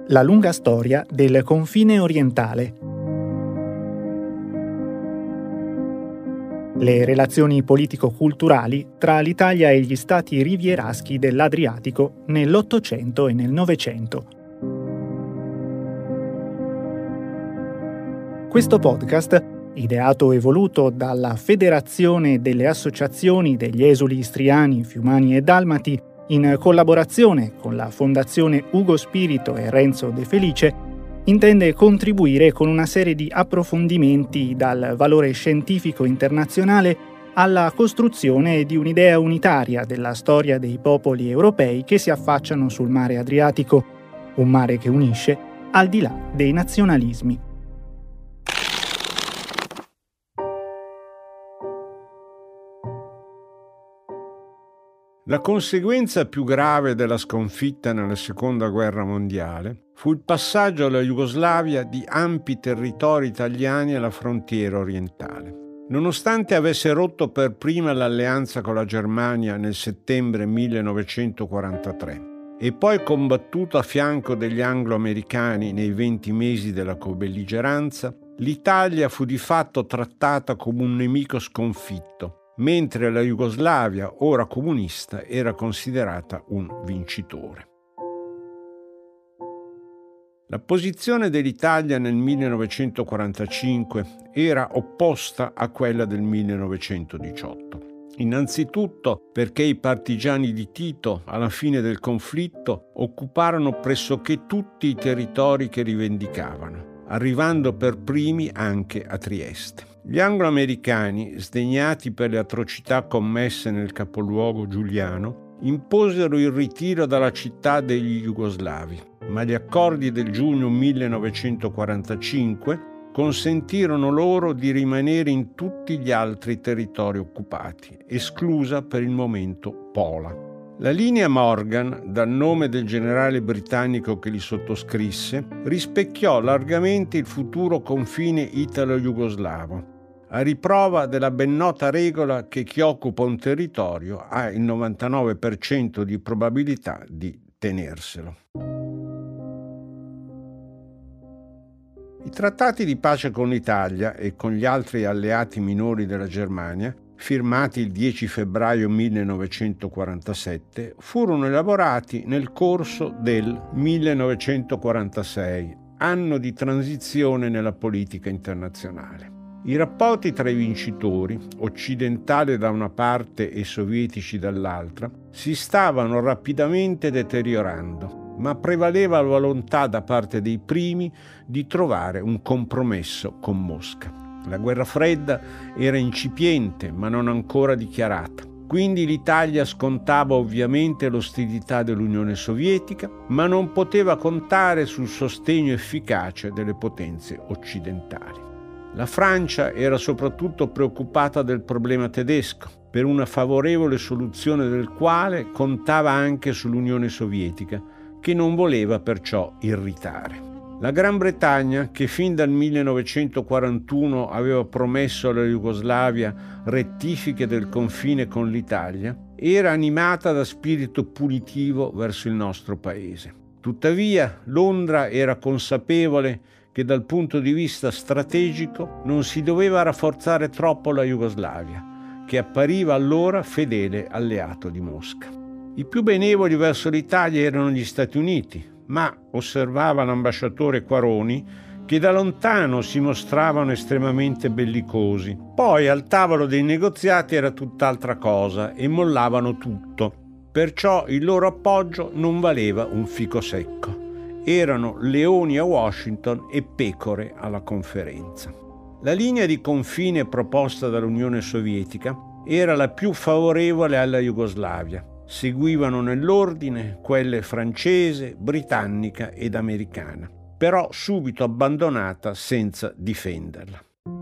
La lunga storia del confine orientale. Le relazioni politico-culturali tra l'Italia e gli stati rivieraschi dell'Adriatico nell'Ottocento e nel Novecento. Questo podcast, ideato e voluto dalla Federazione delle Associazioni degli Esuli Istriani, Fiumani e Dalmati, in collaborazione con la Fondazione Ugo Spirito e Renzo De Felice, intende contribuire con una serie di approfondimenti dal valore scientifico internazionale alla costruzione di un'idea unitaria della storia dei popoli europei che si affacciano sul mare Adriatico, un mare che unisce al di là dei nazionalismi. La conseguenza più grave della sconfitta nella Seconda Guerra Mondiale fu il passaggio alla Jugoslavia di ampi territori italiani alla frontiera orientale. Nonostante avesse rotto per prima l'alleanza con la Germania nel settembre 1943 e poi combattuto a fianco degli anglo-americani nei 20 mesi della cobelligeranza, l'Italia fu di fatto trattata come un nemico sconfitto, mentre la Jugoslavia, ora comunista, era considerata un vincitore. La posizione dell'Italia nel 1945 era opposta a quella del 1918. Innanzitutto perché i partigiani di Tito, alla fine del conflitto, occuparono pressoché tutti i territori che rivendicavano, arrivando per primi anche a Trieste. Gli anglo-americani, sdegnati per le atrocità commesse nel capoluogo giuliano, imposero il ritiro dalla città degli jugoslavi, ma gli accordi del giugno 1945 consentirono loro di rimanere in tutti gli altri territori occupati, esclusa per il momento Pola. La linea Morgan, dal nome del generale britannico che li sottoscrisse, rispecchiò largamente il futuro confine italo-jugoslavo, a riprova della ben nota regola che chi occupa un territorio ha il 99% di probabilità di tenerselo. I trattati di pace con l'Italia e con gli altri alleati minori della Germania, firmati il 10 febbraio 1947, furono elaborati nel corso del 1946, anno di transizione nella politica internazionale. I rapporti tra i vincitori, occidentali da una parte e sovietici dall'altra, si stavano rapidamente deteriorando, ma prevaleva la volontà da parte dei primi di trovare un compromesso con Mosca. La guerra fredda era incipiente, ma non ancora dichiarata. Quindi l'Italia scontava ovviamente l'ostilità dell'Unione Sovietica, ma non poteva contare sul sostegno efficace delle potenze occidentali. La Francia era soprattutto preoccupata del problema tedesco, per una favorevole soluzione del quale contava anche sull'Unione Sovietica, che non voleva perciò irritare. La Gran Bretagna, che fin dal 1941 aveva promesso alla Jugoslavia rettifiche del confine con l'Italia, era animata da spirito punitivo verso il nostro paese. Tuttavia, Londra era consapevole che dal punto di vista strategico non si doveva rafforzare troppo la Jugoslavia, che appariva allora fedele alleato di Mosca. I più benevoli verso l'Italia erano gli Stati Uniti, ma, osservava l'ambasciatore Quaroni, che da lontano si mostravano estremamente bellicosi. Poi al tavolo dei negoziati era tutt'altra cosa e mollavano tutto. Perciò il loro appoggio non valeva un fico secco. Erano leoni a Washington e pecore alla conferenza. La linea di confine proposta dall'Unione Sovietica era la più favorevole alla Jugoslavia. Seguivano nell'ordine quelle francese, britannica ed americana, però subito abbandonata senza difenderla.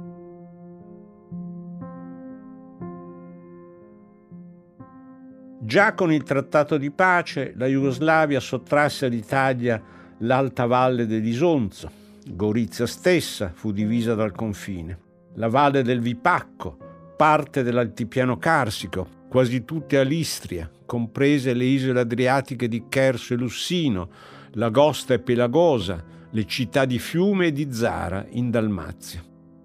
Già con il trattato di pace, la Jugoslavia sottrasse all'Italia l'alta valle dell'Isonzo. Gorizia stessa fu divisa dal confine. La valle del Vipacco, parte dell'altipiano carsico, quasi tutte all'Istria, comprese le isole adriatiche di Cherso e Lussino, l'Agosta e Pelagosa, le città di Fiume e di Zara in Dalmazia.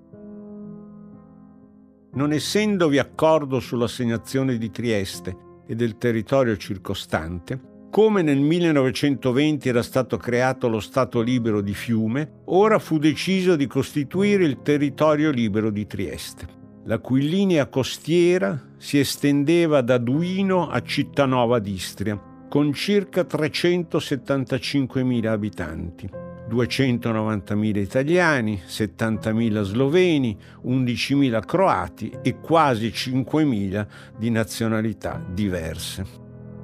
Non essendovi accordo sull'assegnazione di Trieste e del territorio circostante, come nel 1920 era stato creato lo Stato libero di Fiume, ora fu deciso di costituire il territorio libero di Trieste, la cui linea costiera si estendeva da Duino a Cittanova d'Istria, con circa 375.000 abitanti, 290.000 italiani, 70.000 sloveni, 11.000 croati e quasi 5.000 di nazionalità diverse.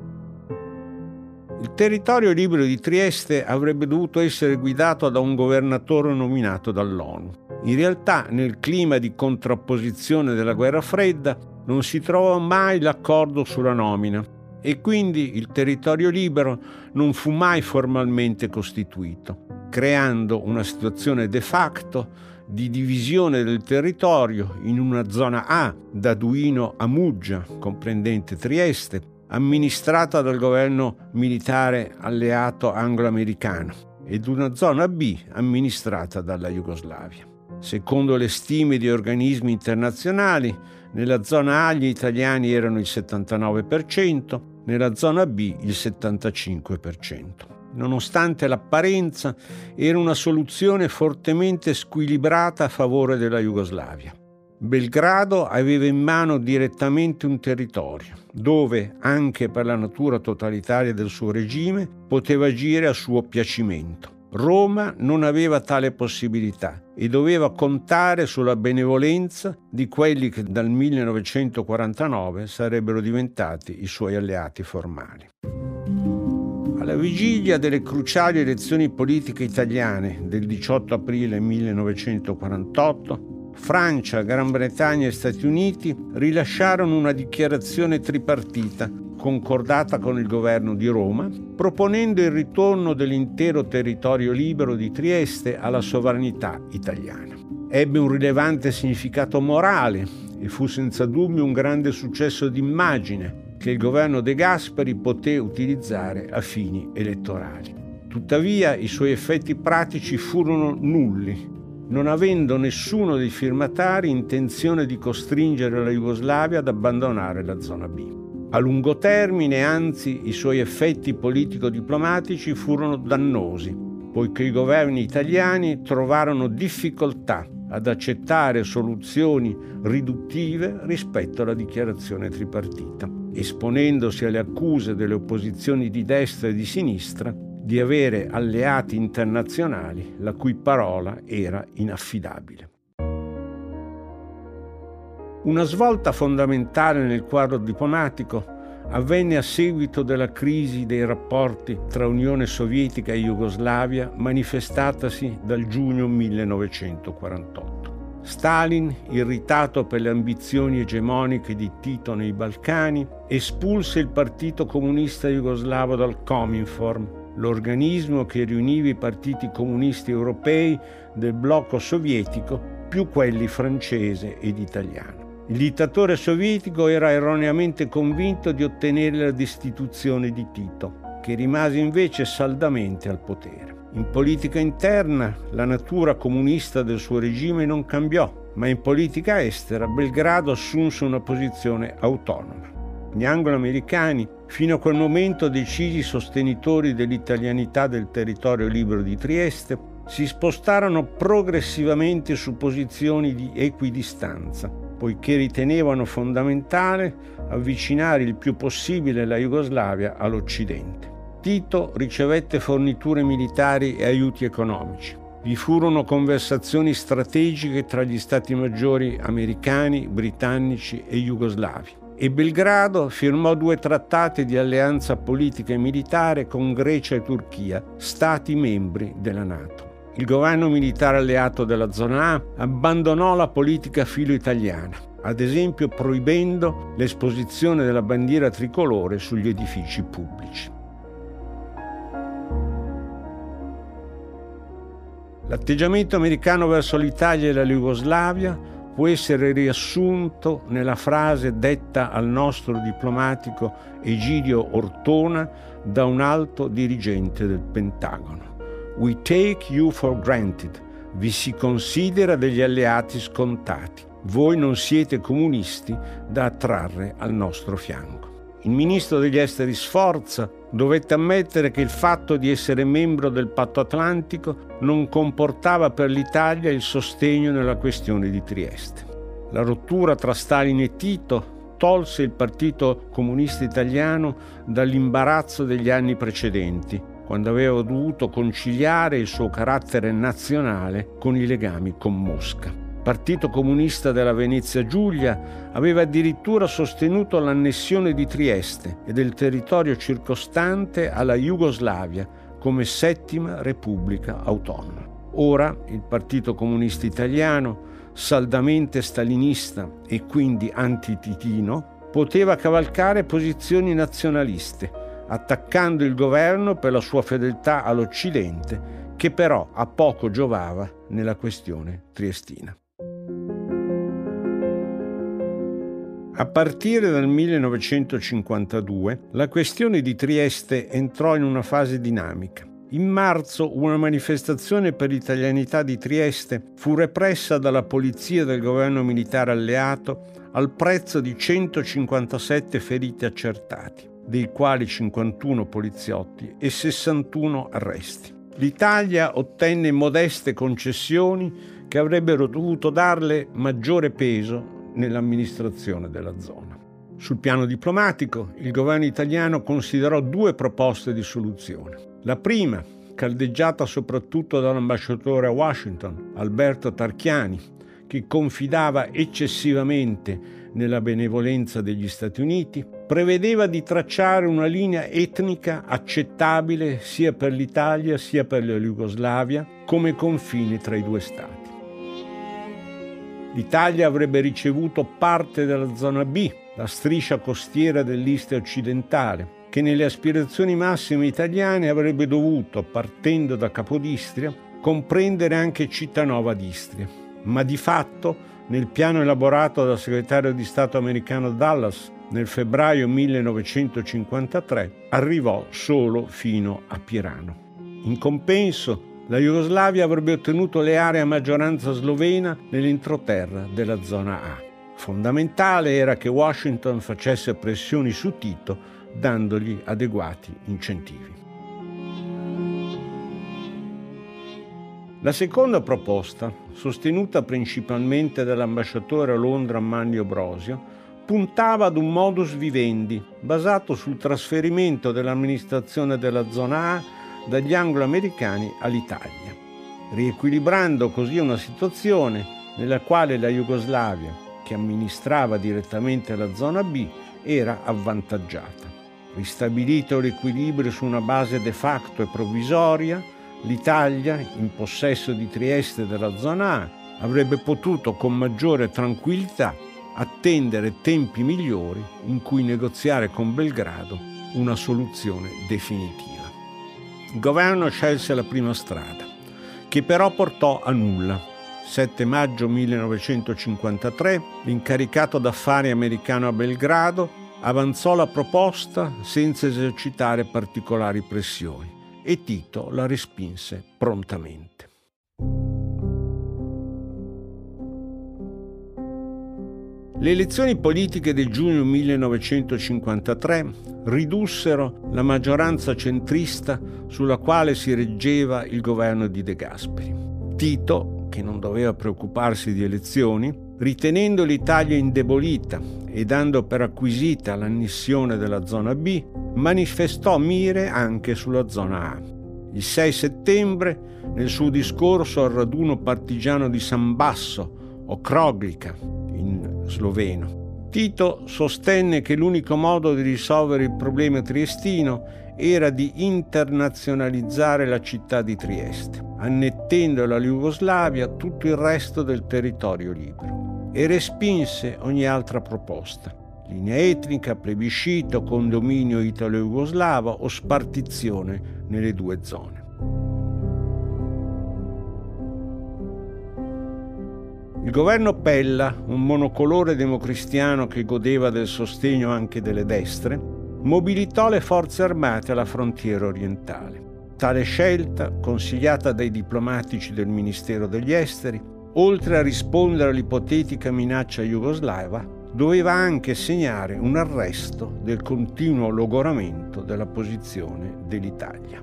Il territorio libero di Trieste avrebbe dovuto essere guidato da un governatore nominato dall'ONU. In realtà, nel clima di contrapposizione della guerra fredda, non si trovò mai l'accordo sulla nomina e quindi il territorio libero non fu mai formalmente costituito, creando una situazione de facto di divisione del territorio in una zona A, da Duino a Muggia, comprendente Trieste, amministrata dal governo militare alleato anglo-americano, ed una zona B amministrata dalla Jugoslavia. Secondo le stime di organismi internazionali, nella zona A gli italiani erano il 79%, nella zona B il 75%. Nonostante l'apparenza, era una soluzione fortemente squilibrata a favore della Jugoslavia. Belgrado aveva in mano direttamente un territorio, dove, anche per la natura totalitaria del suo regime, poteva agire a suo piacimento. Roma non aveva tale possibilità e doveva contare sulla benevolenza di quelli che dal 1949 sarebbero diventati i suoi alleati formali. Alla vigilia delle cruciali elezioni politiche italiane del 18 aprile 1948, Francia, Gran Bretagna e Stati Uniti rilasciarono una dichiarazione tripartita concordata con il governo di Roma, proponendo il ritorno dell'intero territorio libero di Trieste alla sovranità italiana. Ebbe un rilevante significato morale e fu senza dubbio un grande successo d'immagine che il governo De Gasperi poté utilizzare a fini elettorali. Tuttavia, i suoi effetti pratici furono nulli, non avendo nessuno dei firmatari intenzione di costringere la Jugoslavia ad abbandonare la zona B. A lungo termine, anzi, i suoi effetti politico-diplomatici furono dannosi, poiché i governi italiani trovarono difficoltà ad accettare soluzioni riduttive rispetto alla dichiarazione tripartita, esponendosi alle accuse delle opposizioni di destra e di sinistra di avere alleati internazionali la cui parola era inaffidabile. Una svolta fondamentale nel quadro diplomatico avvenne a seguito della crisi dei rapporti tra Unione Sovietica e Jugoslavia manifestatasi dal giugno 1948. Stalin, irritato per le ambizioni egemoniche di Tito nei Balcani, espulse il Partito Comunista Jugoslavo dal Cominform, l'organismo che riuniva i partiti comunisti europei del blocco sovietico più quelli francese ed italiano. Il dittatore sovietico era erroneamente convinto di ottenere la destituzione di Tito, che rimase invece saldamente al potere. In politica interna la natura comunista del suo regime non cambiò, ma in politica estera Belgrado assunse una posizione autonoma. Gli anglo-americani, fino a quel momento decisi sostenitori dell'italianità del territorio libero di Trieste, si spostarono progressivamente su posizioni di equidistanza, poiché ritenevano fondamentale avvicinare il più possibile la Jugoslavia all'Occidente. Tito ricevette forniture militari e aiuti economici. Vi furono conversazioni strategiche tra gli stati maggiori americani, britannici e jugoslavi. E Belgrado firmò 2 trattati di alleanza politica e militare con Grecia e Turchia, stati membri della NATO. Il governo militare alleato della zona A abbandonò la politica filo-italiana, ad esempio proibendo l'esposizione della bandiera tricolore sugli edifici pubblici. L'atteggiamento americano verso l'Italia e la Jugoslavia può essere riassunto nella frase detta al nostro diplomatico Egidio Ortona da un alto dirigente del Pentagono. We take you for granted. Vi si considera degli alleati scontati. Voi non siete comunisti da attrarre al nostro fianco. Il ministro degli esteri Sforza dovette ammettere che il fatto di essere membro del Patto Atlantico non comportava per l'Italia il sostegno nella questione di Trieste. La rottura tra Stalin e Tito tolse il Partito Comunista Italiano dall'imbarazzo degli anni precedenti, quando aveva dovuto conciliare il suo carattere nazionale con i legami con Mosca. Il Partito Comunista della Venezia Giulia aveva addirittura sostenuto l'annessione di Trieste e del territorio circostante alla Jugoslavia come settima repubblica autonoma. Ora il Partito Comunista Italiano, saldamente stalinista e quindi anti-titino, poteva cavalcare posizioni nazionaliste, attaccando il governo per la sua fedeltà all'Occidente, che però a poco giovava nella questione triestina. A partire dal 1952, la questione di Trieste entrò in una fase dinamica. In marzo una manifestazione per l'italianità di Trieste fu repressa dalla polizia del governo militare alleato al prezzo di 157 feriti accertati, dei quali 51 poliziotti e 61 arresti. L'Italia ottenne modeste concessioni che avrebbero dovuto darle maggiore peso nell'amministrazione della zona. Sul piano diplomatico, il governo italiano considerò due proposte di soluzione. La prima, caldeggiata soprattutto dall'ambasciatore a Washington, Alberto Tarchiani, che confidava eccessivamente nella benevolenza degli Stati Uniti, prevedeva di tracciare una linea etnica accettabile sia per l'Italia sia per la Jugoslavia come confine tra i due Stati. L'Italia avrebbe ricevuto parte della zona B, la striscia costiera dell'Istria occidentale, che nelle aspirazioni massime italiane avrebbe dovuto, partendo da Capodistria, comprendere anche Cittanova d'Istria. Ma di fatto, nel piano elaborato dal segretario di Stato americano Dulles nel febbraio 1953, arrivò solo fino a Pirano. In compenso, la Jugoslavia avrebbe ottenuto le aree a maggioranza slovena nell'entroterra della zona A. Fondamentale era che Washington facesse pressioni su Tito, dandogli adeguati incentivi. La seconda proposta, sostenuta principalmente dall'ambasciatore a Londra Manlio Brosio, puntava ad un modus vivendi basato sul trasferimento dell'amministrazione della zona A dagli anglo-americani all'Italia, riequilibrando così una situazione nella quale la Jugoslavia, che amministrava direttamente la zona B, era avvantaggiata. Ristabilito l'equilibrio su una base de facto e provvisoria, l'Italia, in possesso di Trieste della zona A, avrebbe potuto con maggiore tranquillità attendere tempi migliori in cui negoziare con Belgrado una soluzione definitiva. Il governo scelse la prima strada, che però portò a nulla. 7 maggio 1953, l'incaricato d'affari americano a Belgrado avanzò la proposta senza esercitare particolari pressioni e Tito la respinse prontamente. Le elezioni politiche del giugno 1953 ridussero la maggioranza centrista sulla quale si reggeva il governo di De Gasperi. Tito, che non doveva preoccuparsi di elezioni, ritenendo l'Italia indebolita e dando per acquisita l'annessione della zona B, manifestò mire anche sulla zona A. Il 6 settembre, nel suo discorso al raduno partigiano di San Basso, o Kroglica, in sloveno, Tito sostenne che l'unico modo di risolvere il problema triestino era di internazionalizzare la città di Trieste, annettendo alla Jugoslavia tutto il resto del territorio libero, e respinse ogni altra proposta: linea etnica, plebiscito, condominio italo-jugoslavo o spartizione nelle due zone. Il governo Pella, un monocolore democristiano che godeva del sostegno anche delle destre, mobilitò le forze armate alla frontiera orientale. Tale scelta, consigliata dai diplomatici del Ministero degli Esteri, oltre a rispondere all'ipotetica minaccia jugoslava, doveva anche segnare un arresto del continuo logoramento della posizione dell'Italia.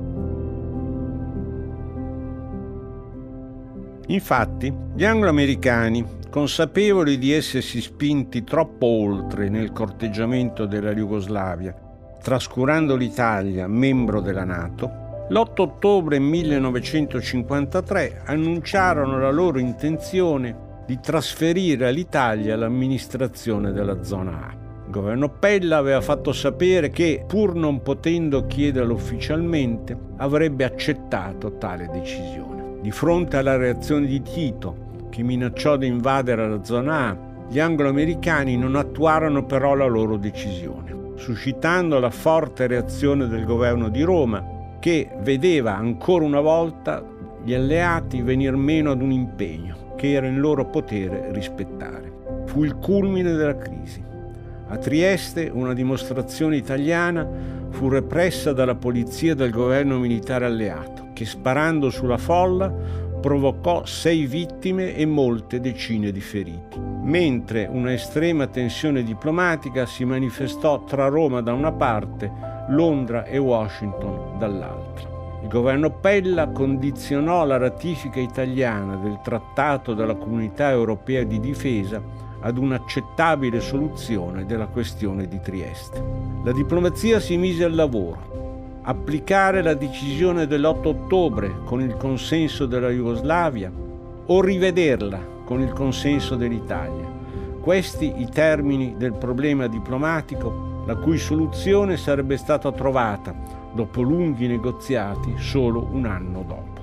Infatti, gli anglo-americani, consapevoli di essersi spinti troppo oltre nel corteggiamento della Jugoslavia, trascurando l'Italia, membro della NATO, l'8 ottobre 1953 annunciarono la loro intenzione di trasferire all'Italia l'amministrazione della zona A. Il governo Pella aveva fatto sapere che, pur non potendo chiederlo ufficialmente, avrebbe accettato tale decisione. Di fronte alla reazione di Tito, che minacciò di invadere la zona A, gli anglo-americani non attuarono però la loro decisione, suscitando la forte reazione del governo di Roma, che vedeva ancora una volta gli alleati venir meno ad un impegno che era in loro potere rispettare. Fu il culmine della crisi. A Trieste una dimostrazione italiana fu repressa dalla polizia del governo militare alleato, che sparando sulla folla provocò 6 vittime e molte decine di feriti, mentre una estrema tensione diplomatica si manifestò tra Roma da una parte, Londra e Washington dall'altra. Il governo Pella condizionò la ratifica italiana del Trattato della Comunità Europea di Difesa ad un'accettabile soluzione della questione di Trieste. La diplomazia si mise al lavoro. Applicare la decisione dell'8 ottobre con il consenso della Jugoslavia o rivederla con il consenso dell'Italia. Questi i termini del problema diplomatico, la cui soluzione sarebbe stata trovata, dopo lunghi negoziati, solo un anno dopo.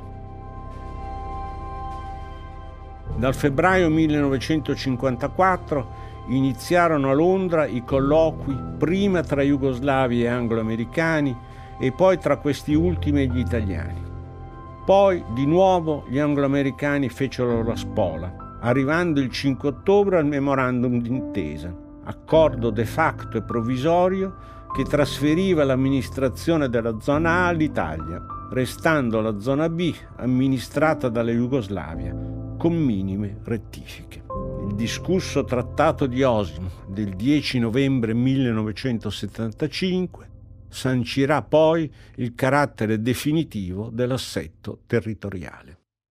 Dal febbraio 1954 iniziarono a Londra i colloqui prima tra jugoslavi e anglo-americani e poi tra questi ultimi e gli italiani. Poi di nuovo gli anglo-americani fecero la spola, arrivando il 5 ottobre al memorandum d'intesa, accordo de facto e provvisorio che trasferiva l'amministrazione della zona A all'Italia, restando la zona B amministrata dalla Jugoslavia con minime rettifiche. Il discusso Trattato di Osimo del 10 novembre 1975 sancirà poi il carattere definitivo dell'assetto territoriale.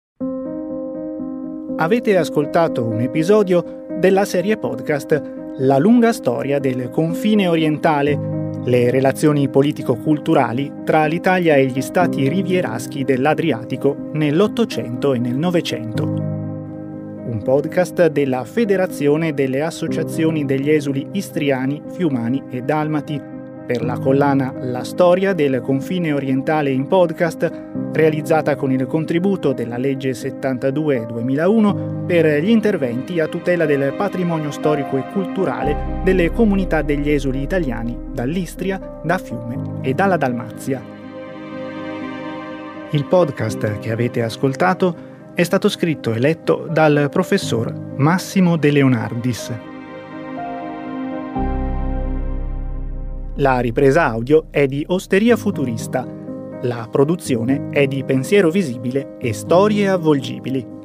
Avete ascoltato un episodio della serie podcast La lunga storia del confine orientale, le relazioni politico-culturali tra l'Italia e gli stati rivieraschi dell'Adriatico nell'Ottocento e nel Novecento. Un podcast della Federazione delle Associazioni degli Esuli Istriani, Fiumani e Dalmati per la collana La storia del confine orientale in podcast, realizzata con il contributo della legge 72/2001 per gli interventi a tutela del patrimonio storico e culturale delle comunità degli esuli italiani dall'Istria, da Fiume e dalla Dalmazia. Il podcast che avete ascoltato è stato scritto e letto dal professor Massimo De Leonardis. La ripresa audio è di Osteria Futurista. La produzione è di Pensiero Visibile e Storie Avvolgibili.